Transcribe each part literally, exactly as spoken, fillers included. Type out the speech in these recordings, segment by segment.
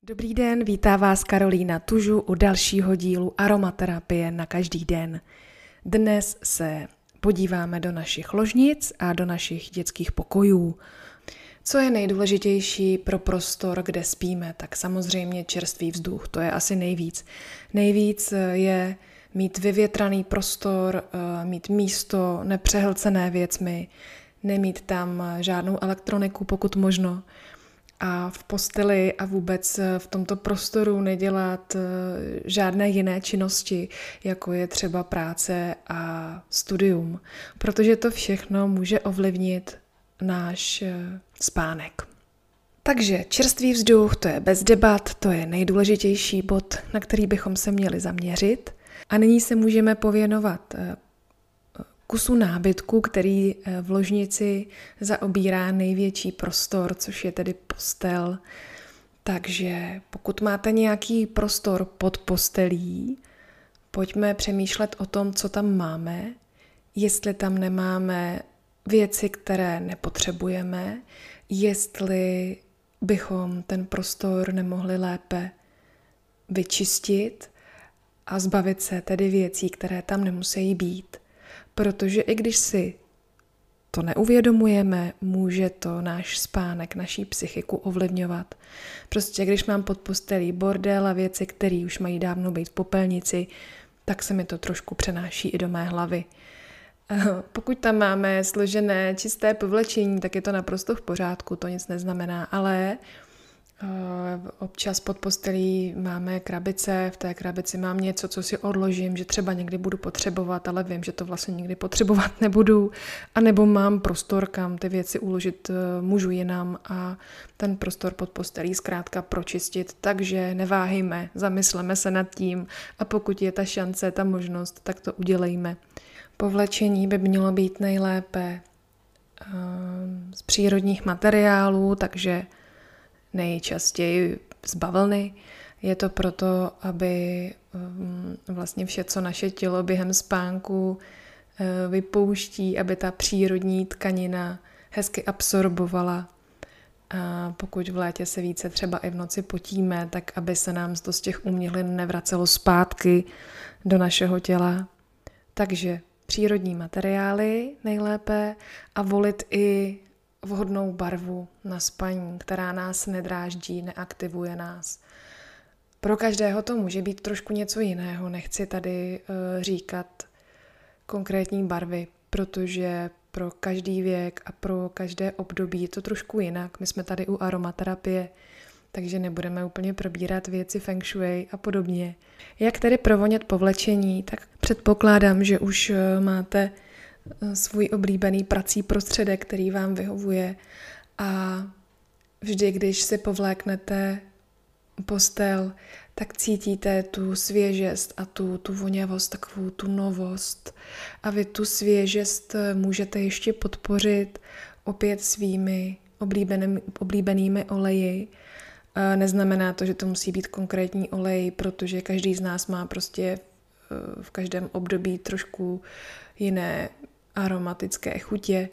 Dobrý den, vítá vás Karolína Tužu u dalšího dílu Aromaterapie na každý den. Dnes se podíváme do našich ložnic a do našich dětských pokojů. Co je nejdůležitější pro prostor, kde spíme? Tak samozřejmě čerstvý vzduch, to je asi nejvíc. Nejvíc je mít vyvětraný prostor, mít místo nepřehlcené věcmi, nemít tam žádnou elektroniku, pokud možno. A v posteli a vůbec v tomto prostoru nedělat žádné jiné činnosti, jako je třeba práce a studium, protože to všechno může ovlivnit náš spánek. Takže čerstvý vzduch, to je bez debat, to je nejdůležitější bod, na který bychom se měli zaměřit. A nyní se můžeme pověnovat kusu nábytku, který v ložnici zaobírá největší prostor, což je tedy postel. Takže pokud máte nějaký prostor pod postelí, pojďme přemýšlet o tom, co tam máme, jestli tam nemáme věci, které nepotřebujeme, jestli bychom ten prostor nemohli lépe vyčistit a zbavit se tedy věcí, které tam nemusí být. Protože i když si to neuvědomujeme, může to náš spánek, naší psychiku ovlivňovat. Prostě když mám pod postelí bordel a věci, které už mají dávno být v popelnici, tak se mi to trošku přenáší i do mé hlavy. Pokud tam máme složené čisté povlečení, tak je to naprosto v pořádku, to nic neznamená, ale občas pod postelí máme krabice, v té krabici mám něco, co si odložím, že třeba někdy budu potřebovat, ale vím, že to vlastně nikdy potřebovat nebudu, a nebo mám prostor, kam ty věci uložit můžu jinam a ten prostor pod postelí zkrátka pročistit, takže neváhejme, zamysleme se nad tím a pokud je ta šance, ta možnost, tak to udělejme. Povlečení by mělo být nejlépe z přírodních materiálů, takže nejčastěji z bavlny. Je to proto, aby vlastně vše, co naše tělo během spánku vypouští, aby ta přírodní tkanina hezky absorbovala. A pokud v létě se více třeba i v noci potíme, tak aby se nám to z těch umělin nevracelo zpátky do našeho těla. Takže přírodní materiály nejlépe a volit i vhodnou barvu na spaní, která nás nedráždí, neaktivuje nás. Pro každého to může být trošku něco jiného. Nechci tady uh, říkat konkrétní barvy, protože pro každý věk a pro každé období je to trošku jinak. My jsme tady u aromaterapie, takže nebudeme úplně probírat věci feng shui a podobně. Jak tedy provonět povlečení, tak předpokládám, že už máte svůj oblíbený prací prostředek, který vám vyhovuje, a vždy, když si povléknete postel, tak cítíte tu svěžest a tu, tu voněvost, takovou tu novost. A vy tu svěžest můžete ještě podpořit opět svými oblíbenými, oblíbenými oleji. Neznamená to, že to musí být konkrétní olej, protože každý z nás má prostě v každém období trošku jiné aromatické chutě,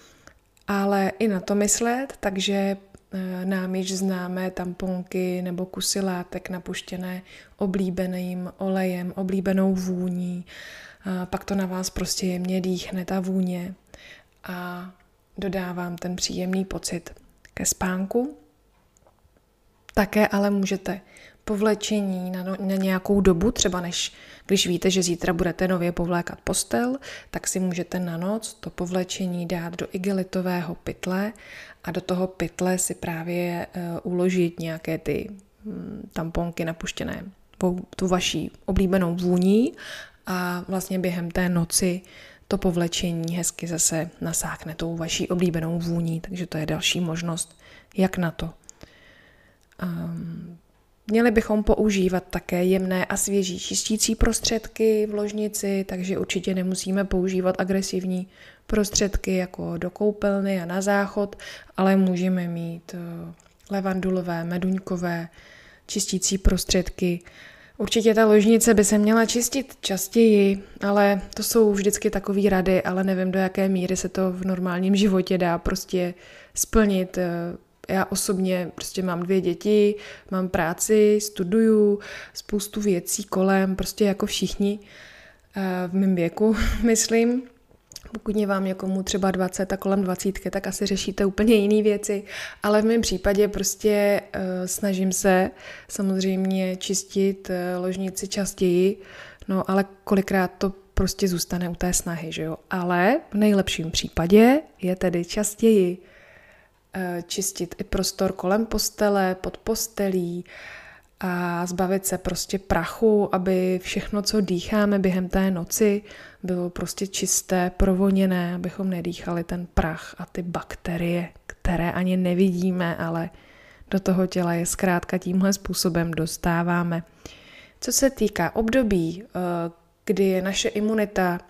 ale i na to myslet, takže nám již známe tamponky nebo kusy látek napuštěné oblíbeným olejem, oblíbenou vůní, a pak to na vás prostě jemně dýchne ta vůně a dodá vám ten příjemný pocit ke spánku. Také ale můžete povlečení na, no, na nějakou dobu, třeba než když víte, že zítra budete nově povlékat postel, tak si můžete na noc to povlečení dát do igelitového pytle a do toho pytle si právě uh, uložit nějaké ty um, tamponky napuštěné tu vaší oblíbenou vůní a vlastně během té noci to povlečení hezky zase nasákne tou vaší oblíbenou vůní, takže to je další možnost, jak na to. Um, Měli bychom používat také jemné a svěží čistící prostředky v ložnici, takže určitě nemusíme používat agresivní prostředky jako do koupelny a na záchod, ale můžeme mít levandulové, meduňkové čistící prostředky. Určitě ta ložnice by se měla čistit častěji, ale to jsou vždycky takové rady, ale nevím, do jaké míry se to v normálním životě dá prostě splnit. Já osobně prostě mám dvě děti, mám práci, studuju, spoustu věcí kolem, prostě jako všichni v mém věku, myslím. Pokud je vám někomu třeba dvacet a kolem dvacítky, tak asi řešíte úplně jiné věci, ale v mém případě prostě uh, snažím se samozřejmě čistit uh, ložnici častěji, no ale kolikrát to prostě zůstane u té snahy, že jo. Ale v nejlepším případě je tedy častěji uh, čistit i prostor kolem postele, pod postelí, a zbavit se prostě prachu, aby všechno, co dýcháme během té noci, bylo prostě čisté, provoněné, abychom nedýchali ten prach a ty bakterie, které ani nevidíme, ale do toho těla je zkrátka tímhle způsobem dostáváme. Co se týká období, kdy je naše imunita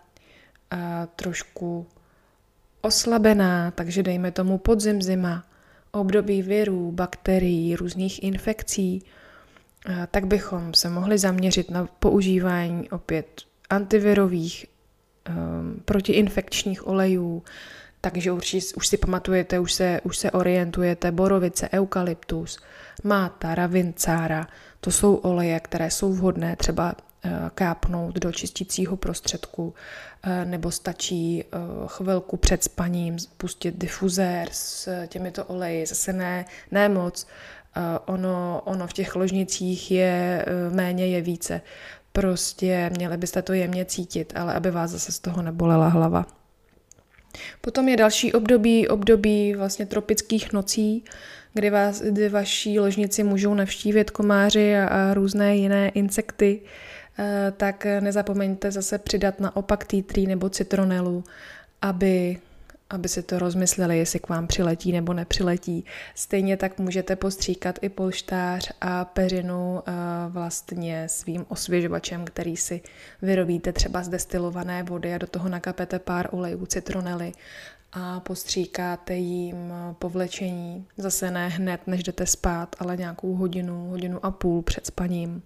trošku oslabená, takže dejme tomu podzim, zima, období virů, bakterií, různých infekcí, tak bychom se mohli zaměřit na používání opět antivirových, um, protiinfekčních olejů, takže už, už si pamatujete, už se, už se orientujete, borovice, eukalyptus, máta, ravincára, to jsou oleje, které jsou vhodné třeba uh, kápnout do čistícího prostředku, uh, nebo stačí uh, chvilku před spaním pustit difuzér s těmito oleji, zase ne, ne moc. Uh, ono, ono v těch ložnicích je uh, méně, je více. Prostě měli byste to jemně cítit, ale aby vás zase z toho nebolela hlava. Potom je další období, období vlastně tropických nocí, kdy, vás, kdy vaší ložnici můžou navštívit komáři a, a různé jiné insekty, uh, tak nezapomeňte zase přidat naopak tea tree nebo citronelu, aby... aby si to rozmysleli, jestli k vám přiletí nebo nepřiletí. Stejně tak můžete postříkat i polštář a peřinu vlastně svým osvěžovačem, který si vyrobíte třeba z destilované vody a do toho nakapete pár olejů citronely a postříkáte jim povlečení. Zase ne hned, než jdete spát, ale nějakou hodinu, hodinu a půl před spaním.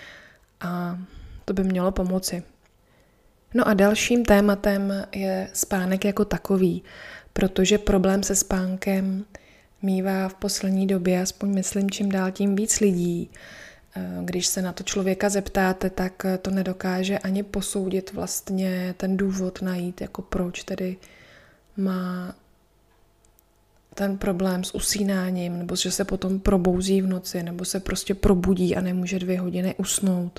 A to by mělo pomoci. No a dalším tématem je spánek jako takový, protože problém se spánkem mívá v poslední době, aspoň myslím, čím dál tím víc lidí. Když se na to člověka zeptáte, tak to nedokáže ani posoudit vlastně ten důvod najít, jako proč tedy má ten problém s usínáním, nebo že se potom probouzí v noci, nebo se prostě probudí a nemůže dvě hodiny usnout.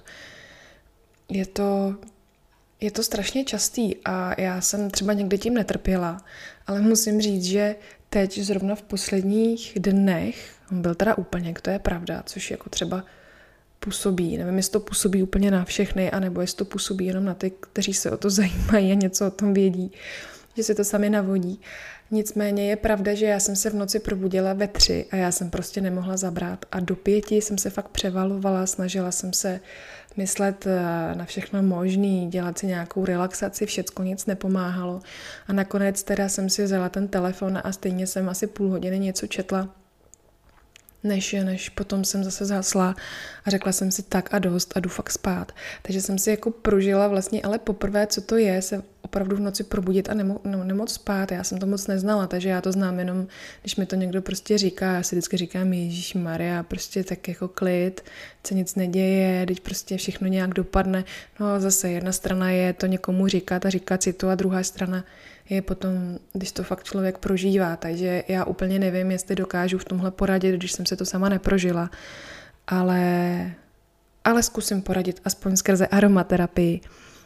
Je to... Je to strašně častý a já jsem třeba někdy tím netrpěla, ale musím říct, že teď zrovna v posledních dnech, on byl teda úplněk, to je pravda, což jako třeba působí, nevím, jestli to působí úplně na všechny, anebo jestli to působí jenom na ty, kteří se o to zajímají a něco o tom vědí, že se to sami navodí. Nicméně je pravda, že já jsem se v noci probudila ve tři a já jsem prostě nemohla zabrat a do pěti jsem se fakt převalovala, snažila jsem se myslet na všechno možný, dělat si nějakou relaxaci, všecko nic nepomáhalo a nakonec teda jsem si vzala ten telefon a stejně jsem asi půl hodiny něco četla, než, než potom jsem zase zhasla a řekla jsem si tak a dost a jdu fakt spát. Takže jsem si jako prožila vlastně ale poprvé, co to je, se opravdu v noci probudit a nemo, no, nemoc spát. Já jsem to moc neznala, takže já to znám jenom, když mi to někdo prostě říká, já si vždycky říkám, ježišmarja, prostě tak jako klid, se nic neděje, teď prostě všechno nějak dopadne. No a zase jedna strana je to někomu říkat a říkat si to a druhá strana je potom, když to fakt člověk prožívá. Takže já úplně nevím, jestli dokážu v tomhle poradit, když jsem se to sama neprožila, ale, ale zkusím poradit aspoň skrze aromaterapii.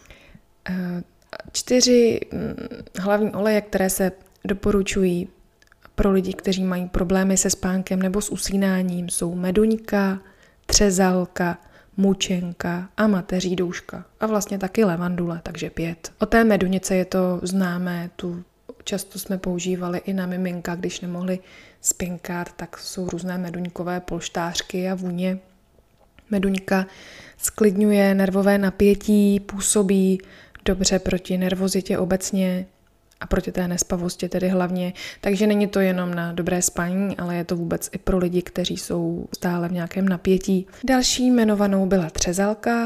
Čtyři hlavní oleje, které se doporučují pro lidi, kteří mají problémy se spánkem nebo s usínáním, jsou meduňka, třezalka, mučenka a mateří douška a vlastně taky levandule, takže pět. O té medunice je to známé, tu často jsme používali i na miminka, když nemohli spinkat, tak jsou různé meduňkové polštářky a vůně. Meduňka sklidňuje nervové napětí, působí dobře proti nervozitě obecně a proti té nespavosti tedy hlavně. Takže není to jenom na dobré spání, ale je to vůbec i pro lidi, kteří jsou stále v nějakém napětí. Další jmenovanou byla třezalka,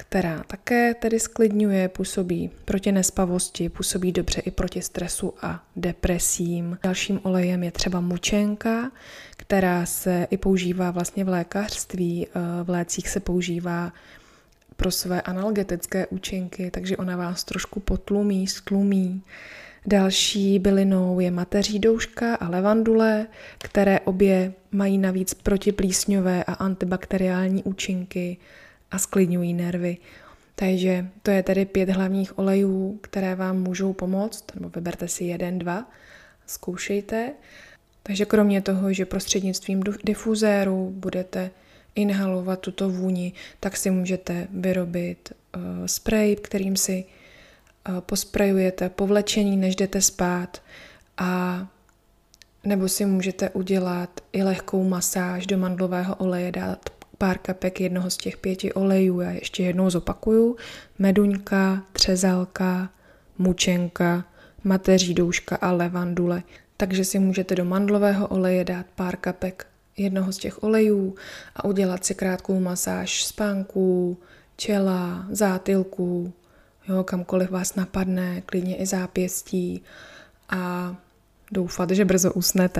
která také tedy sklidňuje, působí proti nespavosti, působí dobře i proti stresu a depresím. Dalším olejem je třeba mučenka, která se i používá vlastně v lékařství. V lécích se používá pro své analgetické účinky, takže ona vás trošku potlumí, stlumí. Další bylinou je mateří douška a levandule, které obě mají navíc protiplísňové a antibakteriální účinky a sklidňují nervy. Takže to je tedy pět hlavních olejů, které vám můžou pomoct, nebo vyberte si jeden, dva, zkoušejte. Takže kromě toho, že prostřednictvím difuzéru budete inhalovat tuto vůni, tak si můžete vyrobit uh, sprej, kterým si uh, posprejujete po vlečení, než jdete spát, a nebo si můžete udělat i lehkou masáž do mandlového oleje, dát pár kapek jednoho z těch pěti olejů. Já ještě jednou zopakuju. Meduňka, třezalka, mučenka, mateří douška a levandule. Takže si můžete do mandlového oleje dát pár kapek jednoho z těch olejů a udělat si krátkou masáž spánků, čela, zátylků, jo, kamkoliv vás napadne, klidně i zápěstí, a doufat, že brzo usnete.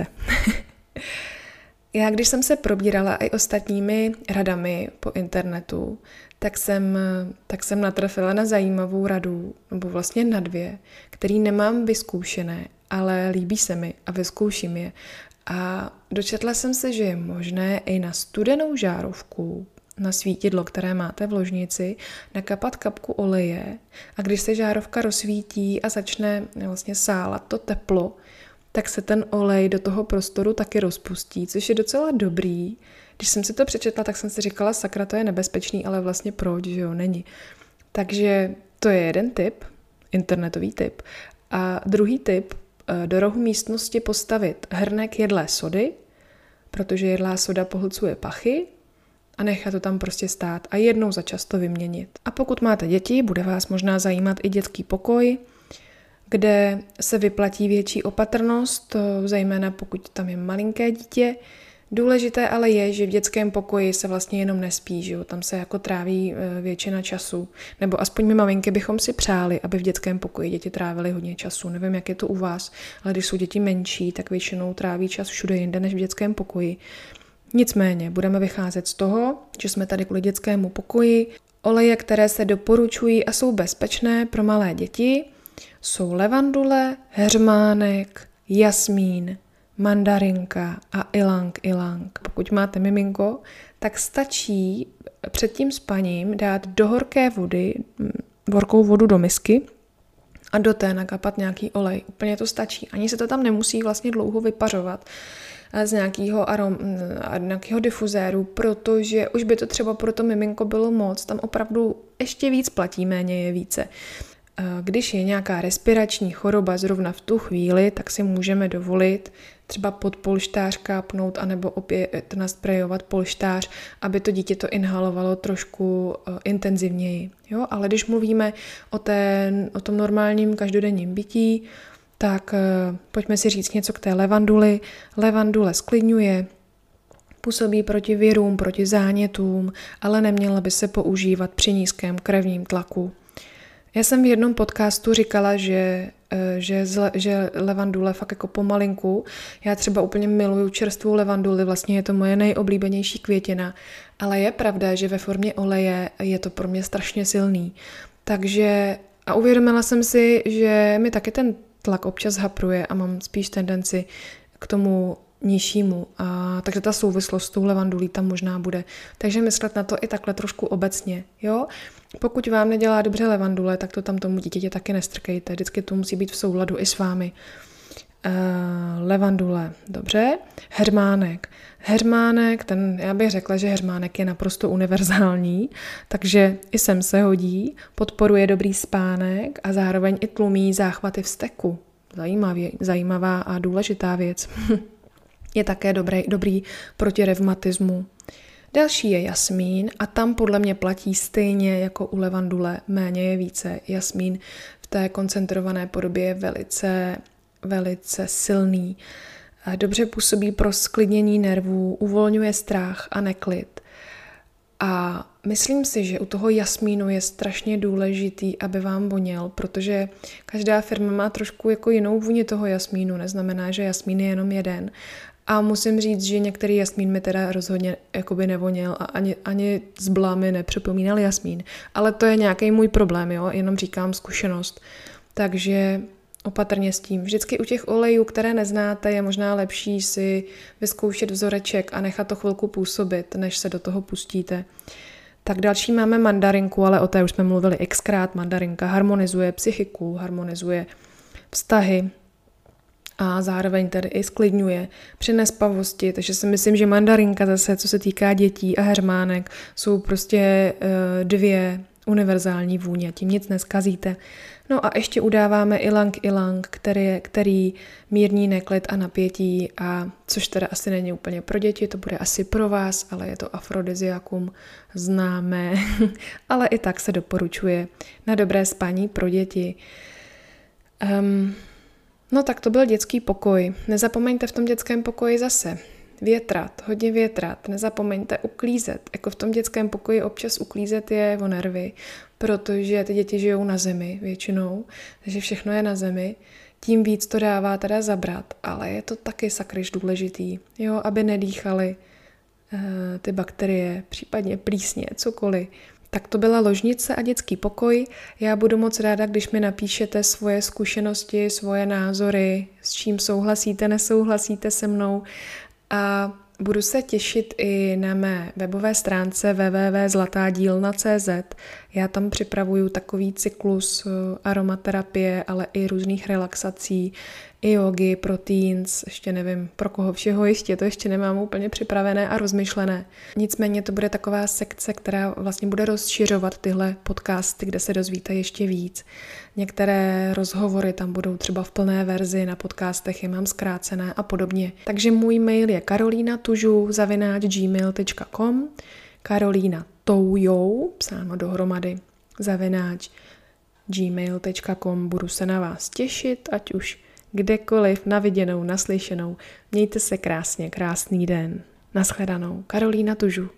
Já, když jsem se probírala i ostatními radami po internetu, tak jsem, tak jsem natrefila na zajímavou radu, nebo vlastně na dvě, který nemám vyzkoušené, ale líbí se mi a vyzkouším je. A dočetla jsem se, že je možné i na studenou žárovku, na svítidlo, které máte v ložnici, nakapat kapku oleje, a když se žárovka rozsvítí a začne vlastně sálat to teplo, tak se ten olej do toho prostoru taky rozpustí, což je docela dobrý. Když jsem si to přečetla, tak jsem si říkala, sakra, to je nebezpečný, ale vlastně proč, že jo, není. Takže to je jeden tip, internetový tip. A druhý tip, do rohu místnosti postavit hrnek jedlé sody, protože jedlá soda pohlcuje pachy, a nechat to tam prostě stát a jednou za čas to vyměnit. A pokud máte děti, bude vás možná zajímat i dětský pokoj, kde se vyplatí větší opatrnost, zejména pokud tam je malinké dítě. Důležité ale je, že v dětském pokoji se vlastně jenom nespí, že jo? Tam se jako tráví většina času. Nebo aspoň my maminky bychom si přáli, aby v dětském pokoji děti trávily hodně času. Nevím, jak je to u vás, ale když jsou děti menší, tak většinou tráví čas všude jinde než v dětském pokoji. Nicméně budeme vycházet z toho, že jsme tady kvůli dětskému pokoji. Oleje, které se doporučují a jsou bezpečné pro malé děti, jsou levandule, heřmánek, jasmín, mandarinka a ilang ilang. Pokud máte miminko, tak stačí před tím spaním dát do horké vody, horkou vodu do misky a do té nakapat nějaký olej. Úplně to stačí. Ani se to tam nemusí vlastně dlouho vypařovat z nějakého, arom, nějakého difuzéru, protože už by to třeba pro to miminko bylo moc. Tam opravdu ještě víc platí, méně je více. Když je nějaká respirační choroba zrovna v tu chvíli, tak si můžeme dovolit třeba pod polštář kápnout anebo opět nasprejovat polštář, aby to dítě to inhalovalo trošku intenzivněji. Jo? Ale když mluvíme o, té, o tom normálním každodenním bytí, tak pojďme si říct něco k té levanduli. Levandule sklidňuje, působí proti virům, proti zánětům, ale neměla by se používat při nízkém krevním tlaku. Já jsem v jednom podcastu říkala, že, že, že levandule fakt jako pomalinku. Já třeba úplně miluju čerstvou levanduli, vlastně je to moje nejoblíbenější květina, ale je pravda, že ve formě oleje je to pro mě strašně silný. Takže a uvědomila jsem si, že mi taky ten tlak občas hapruje a mám spíš tendenci k tomu nižšímu. A takže ta souvislost s tou levandulí tam možná bude. Takže myslet na to i takhle trošku obecně. Jo? Pokud vám nedělá dobře levandule, tak to tam tomu dítěti taky nestrkejte. Vždycky to musí být v souladu i s vámi. Uh, levandule, dobře. Heřmánek. Heřmánek, ten, já bych řekla, že heřmánek je naprosto univerzální, takže i sem se hodí, podporuje dobrý spánek a zároveň i tlumí záchvaty vzteku. Zajímavě, zajímavá a důležitá věc. Je také dobrý, dobrý proti revmatismu. Další je jasmín a tam podle mě platí stejně jako u levandule, méně je více. Jasmín v té koncentrované podobě je velice, velice silný. Dobře působí pro sklidnění nervů, uvolňuje strach a neklid. A myslím si, že u toho jasmínu je strašně důležitý, aby vám voněl, protože každá firma má trošku jako jinou vůni toho jasmínu, neznamená, že jasmín je jenom jeden. A musím říct, že některý jasmín mi teda rozhodně jakoby nevoněl a ani, ani z blámy nepřipomínal jasmín. Ale to je nějaký můj problém, jo, jenom říkám zkušenost. Takže opatrně s tím. Vždycky u těch olejů, které neznáte, je možná lepší si vyzkoušet vzoreček a nechat to chvilku působit, než se do toho pustíte. Tak další máme mandarinku, ale o té už jsme mluvili xkrát. Mandarinka harmonizuje psychiku, harmonizuje vztahy a zároveň tedy i sklidňuje při nespavosti, takže si myslím, že mandarinka zase, co se týká dětí a hermánek, jsou prostě dvě univerzální vůně, tím nic neskazíte. No a ještě udáváme ilang ilang, který, který mírní neklid a napětí, a což teda asi není úplně pro děti, to bude asi pro vás, ale je to afrodiziakum známé, ale i tak se doporučuje na dobré spaní pro děti. Um, no tak to byl dětský pokoj. Nezapomeňte v tom dětském pokoji zase větrat, hodně větrat, nezapomeňte uklízet. Jako v tom dětském pokoji občas uklízet je o nervy, protože ty děti žijou na zemi většinou, takže všechno je na zemi. Tím víc to dává teda zabrat, ale je to taky sakryž důležitý, jo, aby nedýchali uh, ty bakterie, případně plísně, cokoliv. Tak to byla ložnice a dětský pokoj. Já budu moc ráda, když mi napíšete svoje zkušenosti, svoje názory, s čím souhlasíte, nesouhlasíte se mnou. A budu se těšit i na mé webové stránce w w w tečka zlatá dílna tečka c z. Já tam připravuju takový cyklus aromaterapie, ale i různých relaxací, i jogy, pro teens, ještě nevím pro koho všeho, ještě to ještě nemám úplně připravené a rozmyšlené. Nicméně to bude taková sekce, která vlastně bude rozšiřovat tyhle podcasty, kde se dozvíte ještě víc. Některé rozhovory tam budou třeba v plné verzi, na podcastech je mám zkrácené a podobně. Takže můj mail je karolínatužu zavináč gmail tečka com, Karolína Toujou, psáno dohromady, zavináč gmail tečka com. Budu se na vás těšit, ať už kdekoliv, na viděnou, naslyšenou. Mějte se krásně, krásný den. Nashledanou. Karolína Tužu.